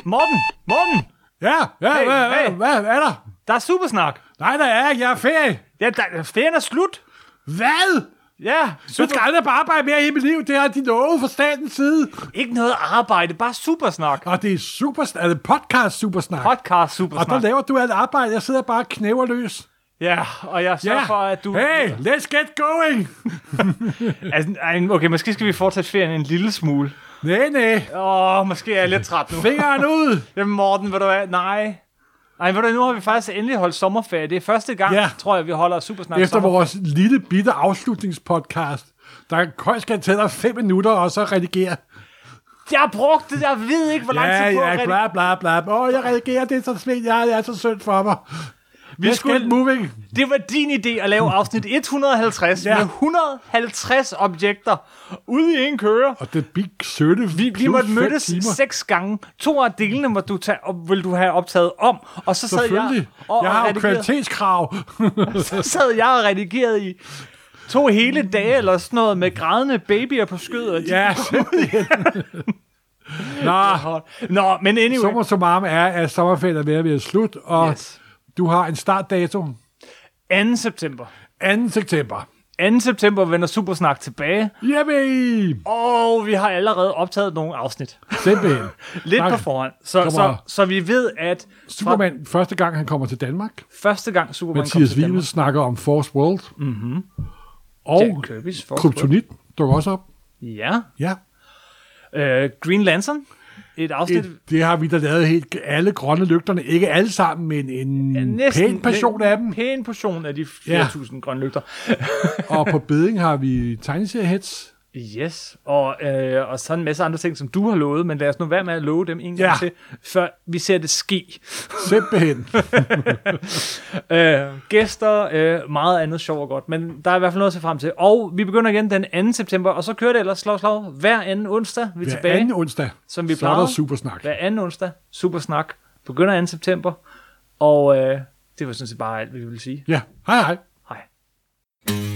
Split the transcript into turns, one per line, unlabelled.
Morten!
Ja,
Hey.
hvad er der?
Der er supersnak.
Nej, der er ikke. Jeg er ferie.
Ja, ferien er slut.
Hvad?
Ja,
Jeg skal aldrig bare arbejde mere i mit liv. Det har de lovet fra statens side.
Ikke noget arbejde, bare supersnak.
Og det er det podcast supersnak.
Podcast
Og der
supersnak.
laver du alt arbejde. Jeg sidder bare og knæver løs.
Ja, og jeg sørger for, at du...
Hey, let's get going.
Okay, måske skal vi fortsætte ferien en lille smule.
Nej.
Måske er jeg lidt træt nu.
Fingeren ud.
Jamen Morten, ved du hvad? Nej, ved du, nu har vi faktisk endelig holdt sommerferie. Det er første gang, tror jeg, vi holder supersnak
Efter
sommerferie.
vores lille bitte afslutningspodcast. Der højst skal tage dig 5 minutter, og så redigere.
Jeg har brugt det, jeg ved ikke, hvor lang tid på at redigere.
Bla bla bla. Jeg redigerer, det er så svært. Jeg er så synd for mig. Get moving.
Det var din idé at lave afsnit 150 med 150 objekter ude i en køre.
Og det big søtte.
Vi måtte mødes 6 gange. 2 af delene må du vil du have optaget om. Og så sad jeg og
jeg har jo kvalitetskrav.
Så sad jeg og redigerede i 2 hele dage eller sådan noget med grædende babyer på skødet.
Ja, simpelthen.
Nå, men anyway.
Summa summarum er, at sommerferien er ved at være slut, og du har en startdato.
2. september.
2. september.
2. september vender Supersnak tilbage.
Yippie!
Og vi har allerede optaget nogle afsnit.
Simpelthen.
Lidt på forhånd. Så vi ved, at...
Superman, første gang han kommer til Danmark.
Første gang Superman kommer
Mathias
til Danmark.
Wivel snakker om Force World.
Mm-hmm.
Og Kryptonit dukker også op.
Ja.
Ja.
Green Lantern. Et afsnit.
Det har vi da lavet helt alle grønne lygterne. Ikke alle sammen, men en pæn portion af dem.
En pæn portion af de 4.000 grønne lygter.
Og på beding har vi tegneserieheads.
Yes, og så en masse andre ting, som du har lovet, men lad os nu være med at love dem en gang til, før vi ser det ske.
Simpelthen.
Gæster, meget andet sjov og godt, men der er i hvert fald noget at se frem til. Og vi begynder igen den 2. september, og så kører det ellers slag hver anden onsdag. Vi er tilbage.
Hver anden onsdag,
som vi
så er der Supersnak.
Hver anden onsdag, Supersnak, begynder 2. september, og det var sådan set bare alt, vi ville sige.
Ja, hej.
Hej.